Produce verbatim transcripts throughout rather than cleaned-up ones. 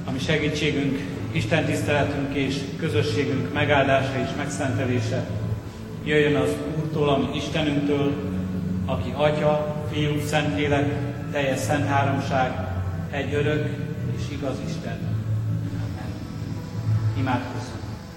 ami segítségünk, Isten tiszteletünk és közösségünk megáldása és megszentelése jöjjön az Úrtól, ami Istenünktől, aki Atya, Fiú, Szentlélek, teljes szent háromság, egy örök és igaz Isten. Amen. Imádkozzunk.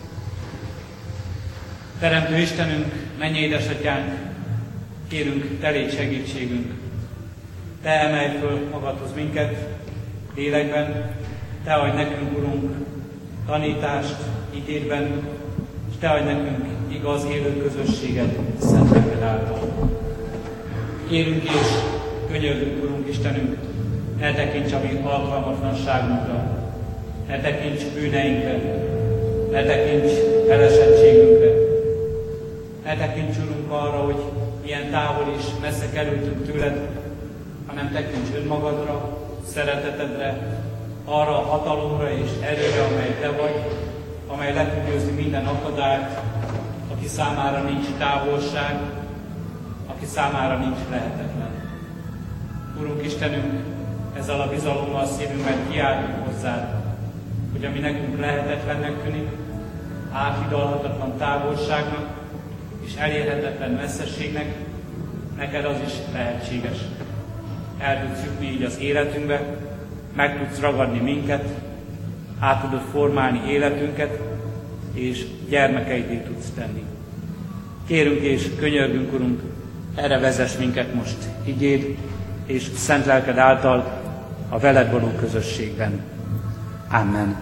Teremtő Istenünk, mennyei édesatyánk, kérünk, te légy segítségünk. Te emelj föl magadhoz minket lélekben, te adj nekünk, Urunk, tanítást igédben, és te adj nekünk igaz élő közösséget szent lelked által. Kérünk és könyörgünk, Urunk Istenünk, ne tekints a mi alkalmatlanságunkra, ne tekints bűneinkre, ne tekints elesettségünkre, ne tekints, Urunk, arra, hogy milyen távol és messze kerültünk tőled, hanem tekints önmagadra, szeretetedre, arra a hatalomra és erőre, amely te vagy, amely le tud győzni minden akadályt, aki számára nincs távolság, aki számára nincs lehetetlen. Urunk Istenünk, ezzel a bizalommal szívünkben kiáltunk hozzád, hogy ami nekünk lehetetlennek tűnik, áthidalhatatlan távolságnak és elérhetetlen messzeségnek, neked az is lehetséges. El tudsz jutni így az életünkbe, meg tudsz ragadni minket, át tudod formálni életünket, és gyermekeidé tudsz tenni. Kérünk és könyörgünk, Urunk, erre vezess minket most igéd, és szent lelked által a veled való közösségben. Amen.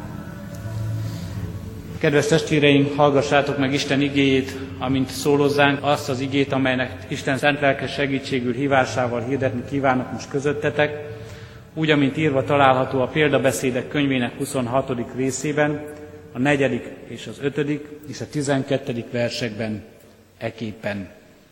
Kedves testvéreim, hallgassátok meg Isten igéjét, amint szólozzánk azt az igét, amelynek Isten szent lelkes segítségül hívásával hirdetni kívánok most közöttetek, úgy, amint írva található a Példabeszédek könyvének huszonhatodik részében, a negyedik és az ötödik és a tizenkettedik versekben eképpen.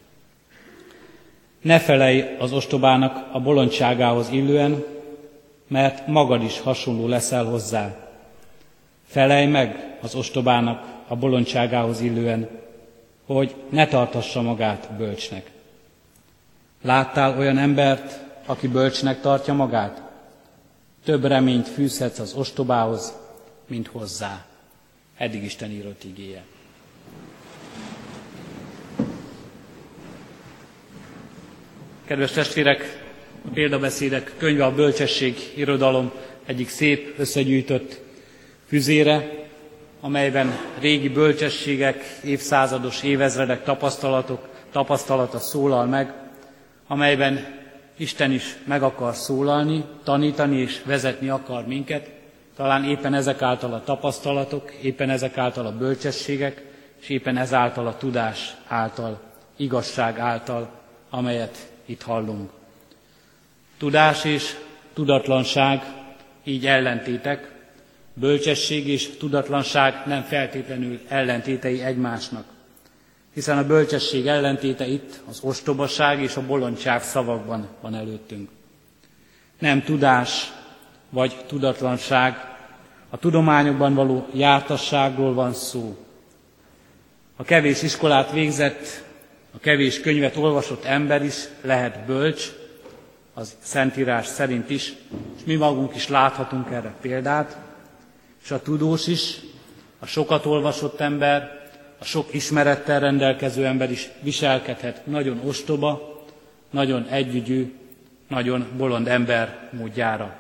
Ne felejj az ostobának a bolondságához illően, mert magad is hasonló leszel hozzá. Felejj meg az ostobának a bolondságához illően, hogy ne tartassa magát bölcsnek. Láttál olyan embert, aki bölcsnek tartja magát? Több reményt fűzhetsz az ostobához, mint hozzá. Eddig Isten írott igéje. Kedves testvérek, a Példabeszédek könyve a bölcsesség irodalom egyik szép összegyűjtött füzére, amelyben régi bölcsességek, évszázados, évezredek tapasztalatok, tapasztalata szólal meg, amelyben Isten is meg akar szólalni, tanítani és vezetni akar minket, talán éppen ezek által a tapasztalatok, éppen ezek által a bölcsességek, és éppen ezáltal a tudás által, igazság által, amelyet itt hallunk. Tudás és tudatlanság így ellentétek, bölcsesség és tudatlanság nem feltétlenül ellentétei egymásnak, hiszen a bölcsesség ellentéte itt az ostobaság és a bolondság szavakban van előttünk. Nem tudás vagy tudatlanság, a tudományokban való jártasságról van szó. A kevés iskolát végzett, a kevés könyvet olvasott ember is lehet bölcs, az Szentírás szerint is, és mi magunk is láthatunk erre példát, és a tudós is, a sokat olvasott ember, a sok ismerettel rendelkező ember is viselkedhet nagyon ostoba, nagyon együgyű, nagyon bolond ember módjára.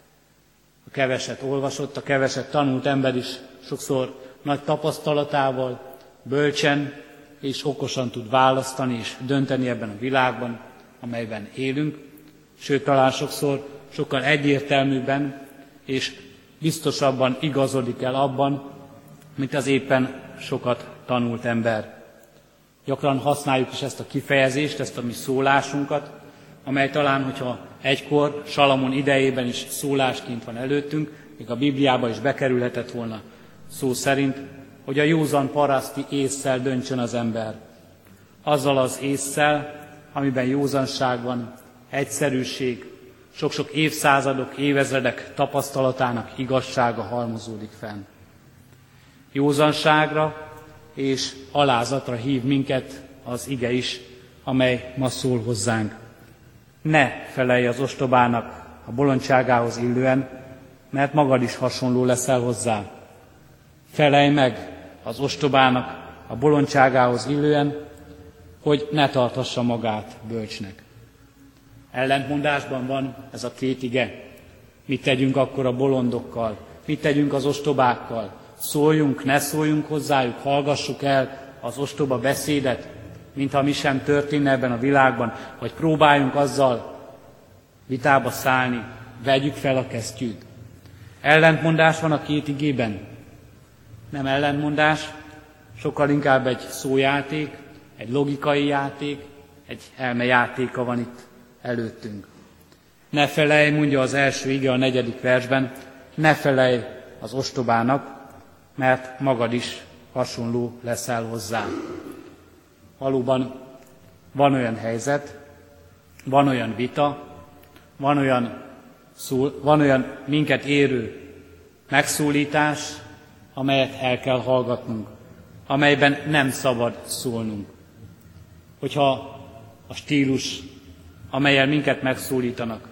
A keveset olvasott, a keveset tanult ember is sokszor nagy tapasztalatával, bölcsen és okosan tud választani és dönteni ebben a világban, amelyben élünk, sőt, talán sokszor sokkal egyértelműbben és biztosabban igazodik el abban, mint az éppen sokat tanult ember. Gyakran használjuk is ezt a kifejezést, ezt a mi szólásunkat, amely talán, hogyha egykor Salamon idejében is szólásként van előttünk, még a Bibliába is bekerülhetett volna szó szerint, hogy a józan paraszti ésszel döntsön az ember. Azzal az ésszel, amiben józanság van, egyszerűség, sok-sok évszázadok, évezredek tapasztalatának igazsága halmozódik fenn. Józanságra és alázatra hív minket az ige is, amely ma szól hozzánk. Ne felelj az ostobának a bolondságához illően, mert magad is hasonló leszel hozzá. Felelj meg az ostobának a bolondságához illően, hogy ne tartassa magát bölcsnek. Ellentmondásban van ez a két ige. Mit tegyünk akkor a bolondokkal? Mit tegyünk az ostobákkal? Szóljunk, ne szóljunk hozzájuk, hallgassuk el az ostoba beszédet, mintha mi sem történne ebben a világban, vagy próbáljunk azzal vitába szállni, vegyük fel a kesztyűt. Ellentmondás van a két igében. Nem ellentmondás, sokkal inkább egy szójáték, egy logikai játék, egy elmejátéka van itt előttünk. Ne felejj, mondja az első ige a negyedik versben, ne felejj az ostobának, mert magad is hasonló leszel hozzá. Valóban van olyan helyzet, van olyan vita, van olyan, szó, van olyan minket érő megszólítás, amelyet el kell hallgatnunk, amelyben nem szabad szólnunk. Hogyha a stílus, amellyel minket megszólítanak,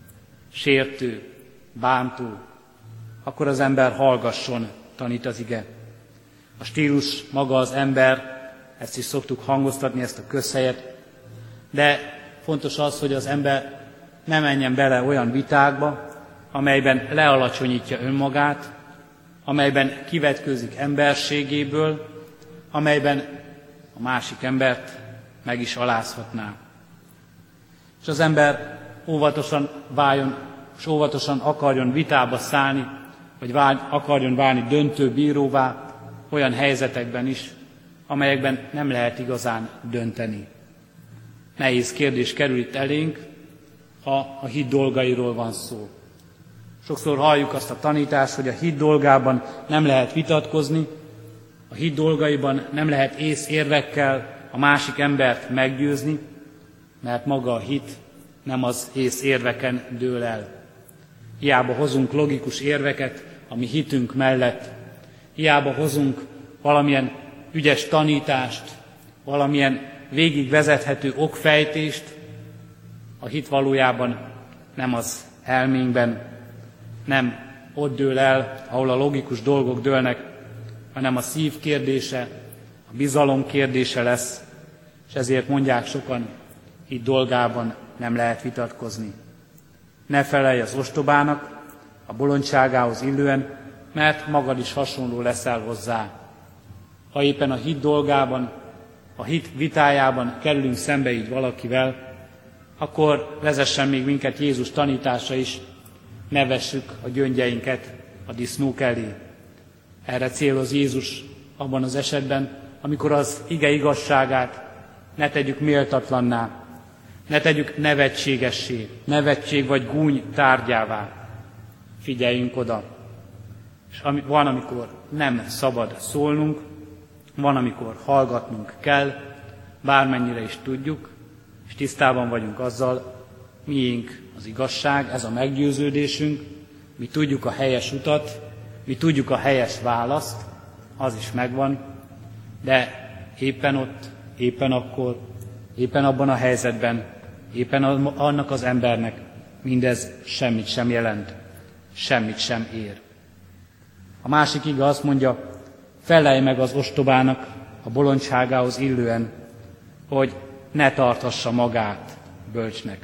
sértő, bántó, akkor az ember hallgasson, tanít az ige. A stílus maga az ember, ezt is szoktuk hangoztatni, ezt a közhelyet, de fontos az, hogy az ember ne menjen bele olyan vitákba, amelyben lealacsonyítja önmagát, amelyben kivetkőzik emberségéből, amelyben a másik embert meg is alázhatná. És az ember óvatosan váljon, és óvatosan akarjon vitába szállni, vagy vál, akarjon válni döntő bíróvá olyan helyzetekben is, amelyekben nem lehet igazán dönteni. Nehéz kérdés kerül itt elénk, ha a hit dolgairól van szó. Sokszor halljuk azt a tanítást, hogy a hit dolgában nem lehet vitatkozni, a hit dolgaiban nem lehet ész érvekkel a másik embert meggyőzni, mert maga a hit nem az ész érveken dől el. Hiába hozunk logikus érveket a mi hitünk mellett, hiába hozunk valamilyen ügyes tanítást, valamilyen végigvezethető okfejtést, a hit valójában nem az elménkben, nem ott dől el, ahol a logikus dolgok dőlnek, hanem a szív kérdése, a bizalom kérdése lesz, és ezért mondják sokan, hit dolgában nem lehet vitatkozni. Ne felelj az ostobának, a bolondságához illően, mert magad is hasonló leszel hozzá. Ha éppen a hit dolgában, a hit vitájában kerülünk szembe így valakivel, akkor vezessen még minket Jézus tanítása is, ne vessük a gyöngyeinket a disznók elé. Erre céloz Jézus abban az esetben, amikor az ige igazságát ne tegyük méltatlanná, ne tegyük nevetségessé, nevetség vagy gúny tárgyává. Figyeljünk oda. És van, amikor nem szabad szólnunk, van, amikor hallgatnunk kell, bármennyire is tudjuk, és tisztában vagyunk azzal, miénk az igazság, ez a meggyőződésünk, mi tudjuk a helyes utat, mi tudjuk a helyes választ, az is megvan, de éppen ott, éppen akkor, éppen abban a helyzetben, éppen annak az embernek mindez semmit sem jelent, semmit sem ér. A másik ige azt mondja, felelj meg az ostobának a bolondságához illően, hogy ne tartassa magát bölcsnek.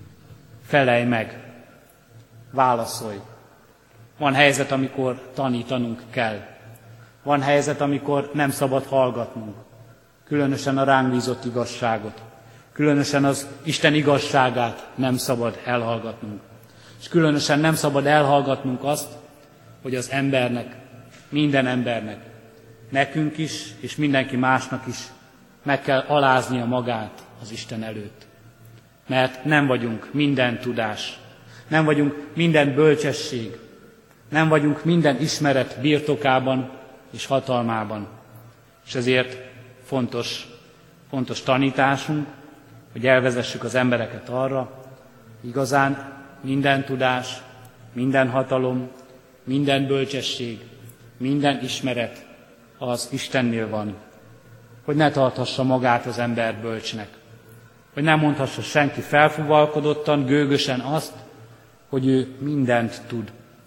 Felelj meg, válaszolj. Van helyzet, amikor tanítanunk kell. Van helyzet, amikor nem szabad hallgatnunk. Különösen a ránk bízott igazságot. Különösen az Isten igazságát nem szabad elhallgatnunk. És különösen nem szabad elhallgatnunk azt, hogy az embernek, minden embernek, nekünk is, és mindenki másnak is meg kell aláznia magát az Isten előtt. Mert nem vagyunk minden tudás, nem vagyunk minden bölcsesség, nem vagyunk minden ismeret birtokában és hatalmában. És ezért fontos, fontos tanításunk, hogy elvezessük az embereket arra, igazán minden tudás, minden hatalom, minden bölcsesség, minden ismeret az Istennél van. Hogy ne tarthassa magát az ember bölcsnek. Hogy ne mondhassa senki felfúvalkodottan, gőgösen azt, hogy ő mindent tud.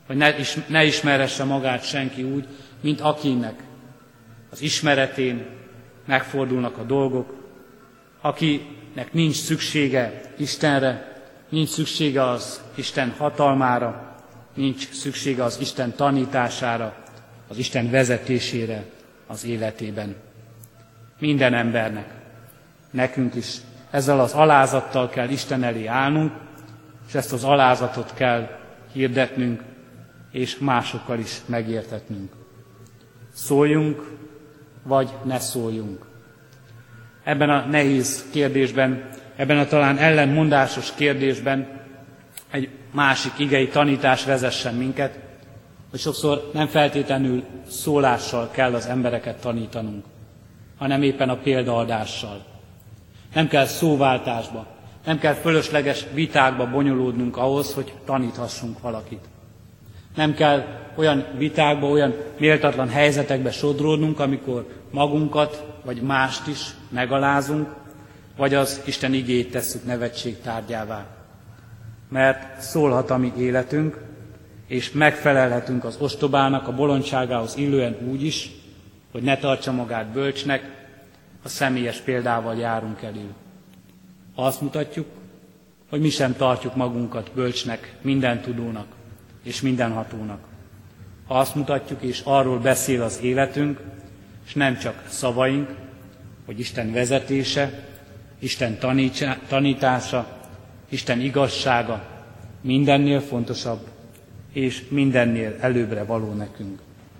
hogy ne, is, ne ismerhesse magát senki úgy, mint akinek az ismeretén megfordulnak a dolgok, akinek nincs szüksége Istenre, nincs szüksége az Isten hatalmára, nincs szüksége az Isten tanítására, az Isten vezetésére az életében. Minden embernek, nekünk is ezzel az alázattal kell Isten elé állnunk, és ezt az alázatot kell hirdetnünk, és másokkal is megértetnünk. Szóljunk, vagy ne szóljunk. Ebben a nehéz kérdésben, ebben a talán ellentmondásos kérdésben egy másik igei tanítás vezessen minket, hogy sokszor nem feltétlenül szólással kell az embereket tanítanunk, hanem éppen a példaadással. Nem kell szóváltásba, nem kell fölösleges vitákba bonyolódnunk ahhoz, hogy taníthassunk valakit. Nem kell olyan vitákba, olyan méltatlan helyzetekbe sodródnunk, amikor magunkat vagy mást is megalázunk, vagy az Isten igéjét tesszük nevetség tárgyává. Mert szólhat a mi életünk, és megfelelhetünk az ostobának, a bolondságához illően úgy is, hogy ne tartsa magát bölcsnek, a személyes példával járunk elő. Azt mutatjuk, hogy mi sem tartjuk magunkat bölcsnek, mindentudónak és mindenhatónak. Azt mutatjuk, és arról beszél az életünk, és nem csak szavaink, hogy Isten vezetése, Isten tanítása, Isten igazsága mindennél fontosabb, és mindennél előbbre való nekünk.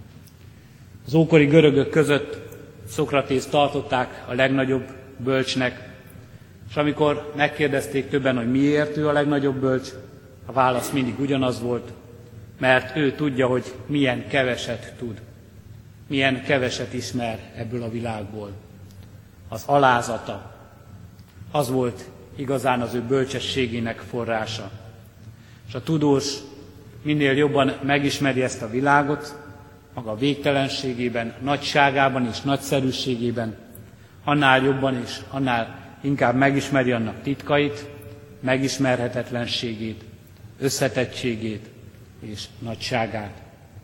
Az ókori görögök között Szokratészt tartották a legnagyobb bölcsnek, és amikor megkérdezték többen, hogy miért ő a legnagyobb bölcs, a válasz mindig ugyanaz volt, mert ő tudja, hogy milyen keveset tud, milyen keveset ismer ebből a világból. Az alázata, az volt igazán az ő bölcsességének forrása. És a tudós minél jobban megismeri ezt a világot, maga végtelenségében, nagyságában és nagyszerűségében, annál jobban és annál inkább megismeri annak titkait, megismerhetetlenségét, összetettségét és nagyságát.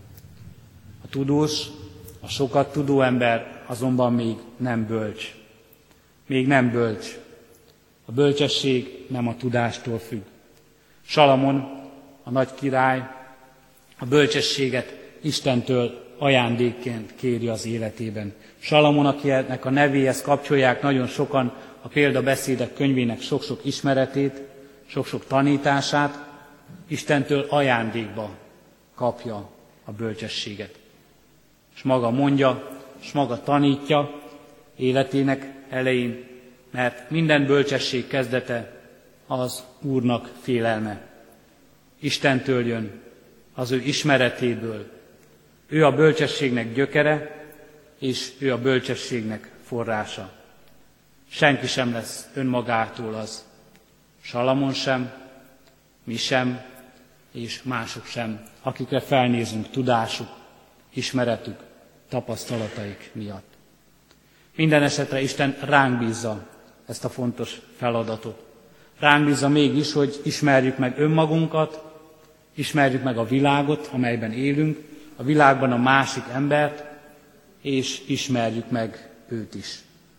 A tudós, a sokat tudó ember azonban még nem bölcs. Még nem bölcs. A bölcsesség nem a tudástól függ. Salamon, a nagy király, a bölcsességet Istentől ajándékként kéri az életében. Salamon, akinek a nevéhez kapcsolják nagyon sokan a példabeszédek könyvének sok-sok ismeretét, sok-sok tanítását, Istentől ajándékba kapja a bölcsességet. És maga mondja, és maga tanítja életének elején, mert minden bölcsesség kezdete az Úrnak félelme. Istentől jön, az ő ismeretéből. Ő a bölcsességnek gyökere, és ő a bölcsességnek forrása. Senki sem lesz önmagától az. Salamon sem, mi sem, és mások sem, akikre felnézünk tudásuk, ismeretük, tapasztalataik miatt. Minden esetre Isten ránk bízza ezt a fontos feladatot. Ránk bízza mégis, hogy ismerjük meg önmagunkat, ismerjük meg a világot, amelyben élünk, a világban a másik embert, és ismerjük meg őt is.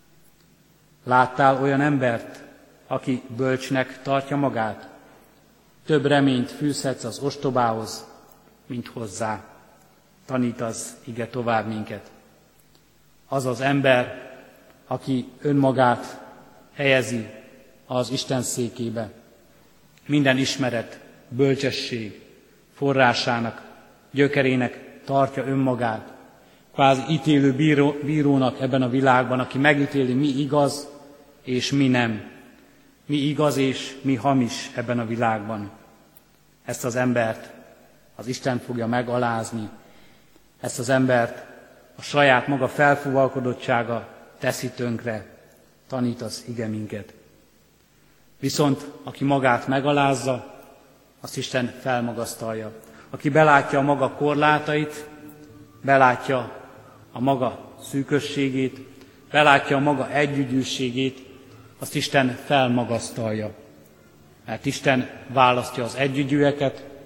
Láttál olyan embert, aki bölcsnek tartja magát? Több reményt fűzhetsz az ostobához, mint hozzá. Tanít az ige tovább minket. Az az ember, aki önmagát helyezi az Isten székébe, minden ismeret, bölcsesség forrásának, gyökerének tartja önmagát, kvázi ítélő bíró, bírónak ebben a világban, aki megítéli, mi igaz és mi nem, mi igaz és mi hamis ebben a világban. Ezt az embert az Isten fogja megalázni, ezt az embert a saját maga felfúvalkodottsága teszi tönkre, tanít az ige minket. Viszont aki magát megalázza, azt Isten felmagasztalja. Aki belátja a maga korlátait, belátja a maga szűkösségét, belátja a maga együgyűségét, azt Isten felmagasztalja. Mert Isten választja az együgyűeket,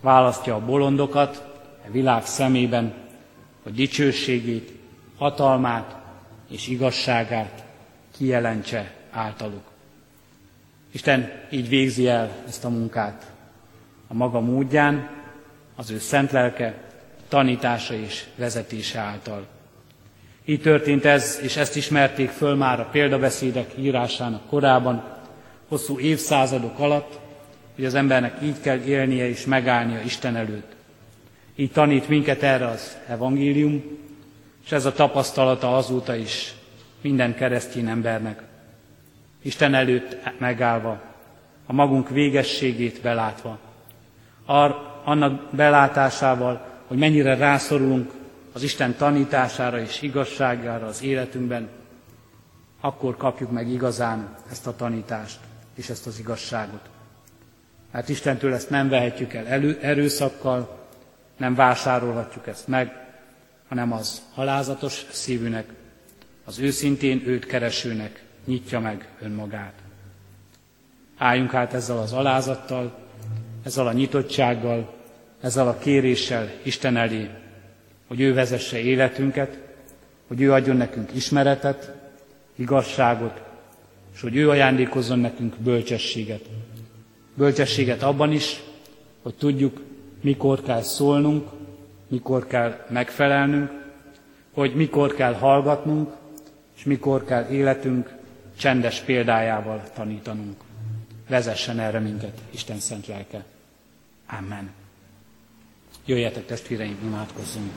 választja a bolondokat a világ szemében, hogy dicsőségét, hatalmát és igazságát kijelentse általuk. Isten így végzi el ezt a munkát a maga módján, az ő szent lelke tanítása és vezetése által. Így történt ez, és ezt ismerték föl már a példabeszédek írásának korában, hosszú évszázadok alatt, hogy az embernek így kell élnie és megállnia Isten előtt. Így tanít minket erre az evangélium, és ez a tapasztalata azóta is minden keresztény embernek. Isten előtt megállva, a magunk végességét belátva, Ar, annak belátásával, hogy mennyire rászorulunk az Isten tanítására és igazságára az életünkben, akkor kapjuk meg igazán ezt a tanítást és ezt az igazságot. Hát Istentől ezt nem vehetjük el elő, erőszakkal, nem vásárolhatjuk ezt meg, hanem az alázatos szívűnek, az őszintén őt keresőnek nyitja meg önmagát. Álljunk hát ezzel az alázattal, ezzel a nyitottsággal, ezzel a kéréssel Isten elé, hogy ő vezesse életünket, hogy ő adjon nekünk ismeretet, igazságot, és hogy ő ajándékozzon nekünk bölcsességet. Bölcsességet abban is, hogy tudjuk, mikor kell szólnunk, mikor kell megfelelnünk, hogy mikor kell hallgatnunk, és mikor kell életünk csendes példájával tanítanunk. Vezessen erre minket Isten szent lelke. Amen. Jöjjetek, testvéreim, imádkozzunk.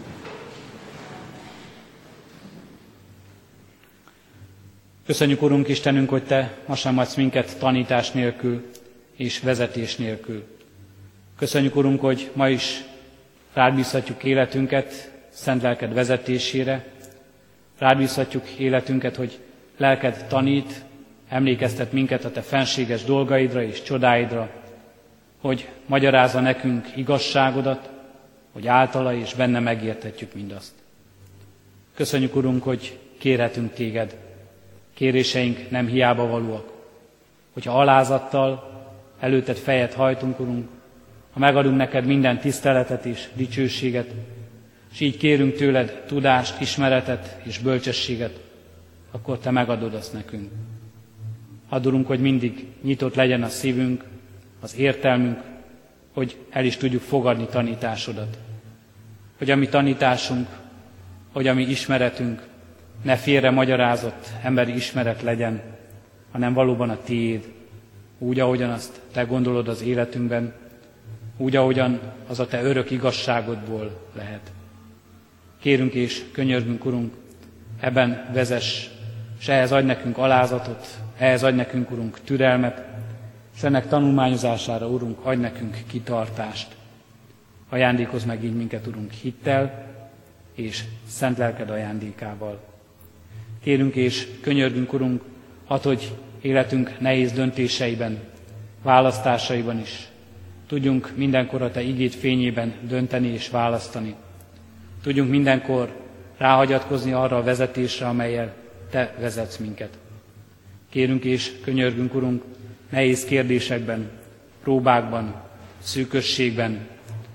Köszönjük, Urunk Istenünk, hogy Te ma sem hagysz minket tanítás nélkül és vezetés nélkül. Köszönjük, Urunk, hogy ma is rád bízhatjuk életünket szent lelked vezetésére, rád bízhatjuk életünket, hogy lelked tanít, emlékeztet minket a Te fenséges dolgaidra és csodáidra, hogy magyarázza nekünk igazságodat, hogy általa és benne megérthetjük mindazt. Köszönjük, Urunk, hogy kérhetünk Téged, kéréseink nem hiába valóak. Hogyha alázattal előtted fejet hajtunk, Urunk, ha megadunk neked minden tiszteletet és dicsőséget, és így kérünk tőled tudást, ismeretet és bölcsességet, akkor Te megadod azt nekünk. Add, Urunk, hogy mindig nyitott legyen a szívünk, az értelmünk, hogy el is tudjuk fogadni tanításodat. Hogy a mi tanításunk, hogy a mi ismeretünk ne félre magyarázott emberi ismeret legyen, hanem valóban a Tiéd, úgy, ahogyan azt Te gondolod az életünkben, úgy, ahogyan az a Te örök igazságodból lehet. Kérünk és könyörgünk, Urunk, ebben vezess, és ehhez adj nekünk alázatot, ehhez adj nekünk, Urunk, türelmet, és ennek tanulmányozására, Urunk, adj nekünk kitartást. Ajándékozz meg így minket, Urunk, hittel és szent lelked ajándékával. Kérünk és könyörgünk, Urunk, add, hogy életünk nehéz döntéseiben, választásaiban is tudjunk mindenkor a Te igéd fényében dönteni és választani. Tudjunk mindenkor ráhagyatkozni arra a vezetésre, amellyel Te vezetsz minket. Kérünk és könyörgünk, Urunk, nehéz kérdésekben, próbákban, szűkösségben,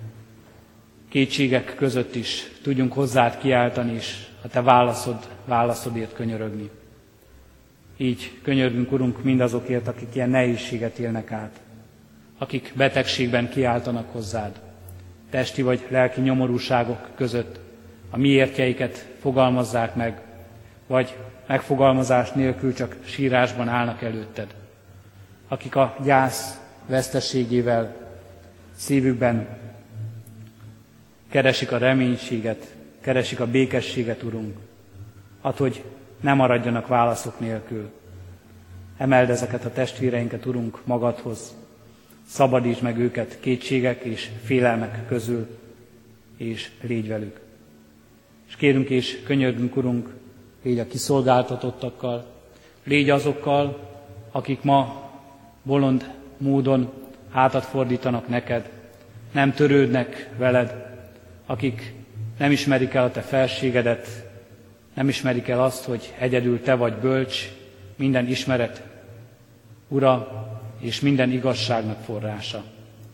kétségek között is tudjunk hozzád kiáltani, és a Te válaszod, válaszodért könyörögni. Így könyörgünk, Urunk, mindazokért, akik ilyen nehézséget élnek át, akik betegségben kiáltanak hozzád, testi vagy lelki nyomorúságok között a miértjeiket fogalmazzák meg, vagy megfogalmazás nélkül csak sírásban állnak előtted. Akik a gyász veszteségével szívükben keresik a reménységet, keresik a békességet, Urunk, add, hogy ne maradjanak válaszok nélkül. Emeld ezeket a testvéreinket, Urunk, magadhoz, szabadítsd meg őket kétségek és félelmek közül, és légy velük. És kérünk és könyörgünk, Urunk, légy a kiszolgáltatottakkal, légy azokkal, akik ma bolond módon hátat fordítanak neked, nem törődnek veled, akik nem ismerik el a Te felségedet, nem ismerik el azt, hogy egyedül Te vagy bölcs, minden ismeret Ura, és minden igazságnak forrása.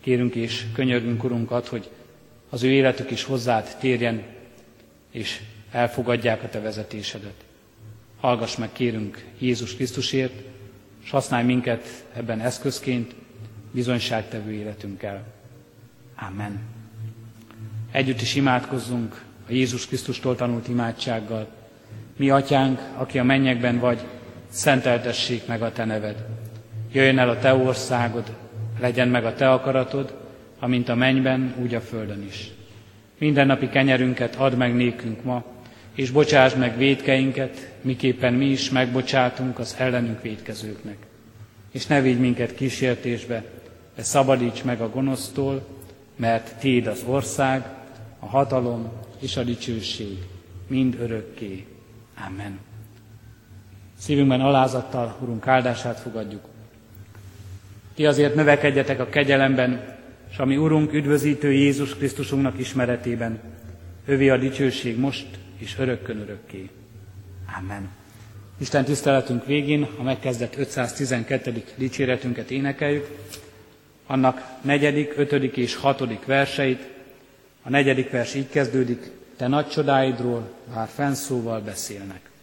Kérünk és könyörgünk, Urunk, ad, hogy az ő életük is hozzád térjen, és elfogadják a te vezetésedet. Hallgass meg, kérünk, Jézus Krisztusért, és használj minket ebben eszközként, bizonyságtevő életünkkel. Amen. Együtt is imádkozzunk a Jézus Krisztustól tanult imádsággal. Mi, Atyánk, aki a mennyekben vagy, szenteltessék meg a te neved. Jöjjön el a te országod, legyen meg a te akaratod, amint a mennyben, úgy a földön is. Mindennapi kenyerünket add meg nékünk ma, és bocsásd meg vétkeinket, miképpen mi is megbocsátunk az ellenünk vétkezőknek. És ne vigy minket kísértésbe, de szabadíts meg a gonosztól, mert tiéd az ország, a hatalom és a dicsőség mind örökké. Amen. Szívünkben alázattal Urunk áldását fogadjuk. Ti azért növekedjetek a kegyelemben, és ami Urunk üdvözítő Jézus Krisztusunknak ismeretében, övé a dicsőség most és örökkön örökké. Amen. Isten tiszteletünk végén a megkezdett ötszáztizenkettedik dicséretünket énekeljük, annak negyedik, ötödik és hatodik verseit. A negyedik vers így kezdődik: te nagy csodáidról már fennszóval beszélnek.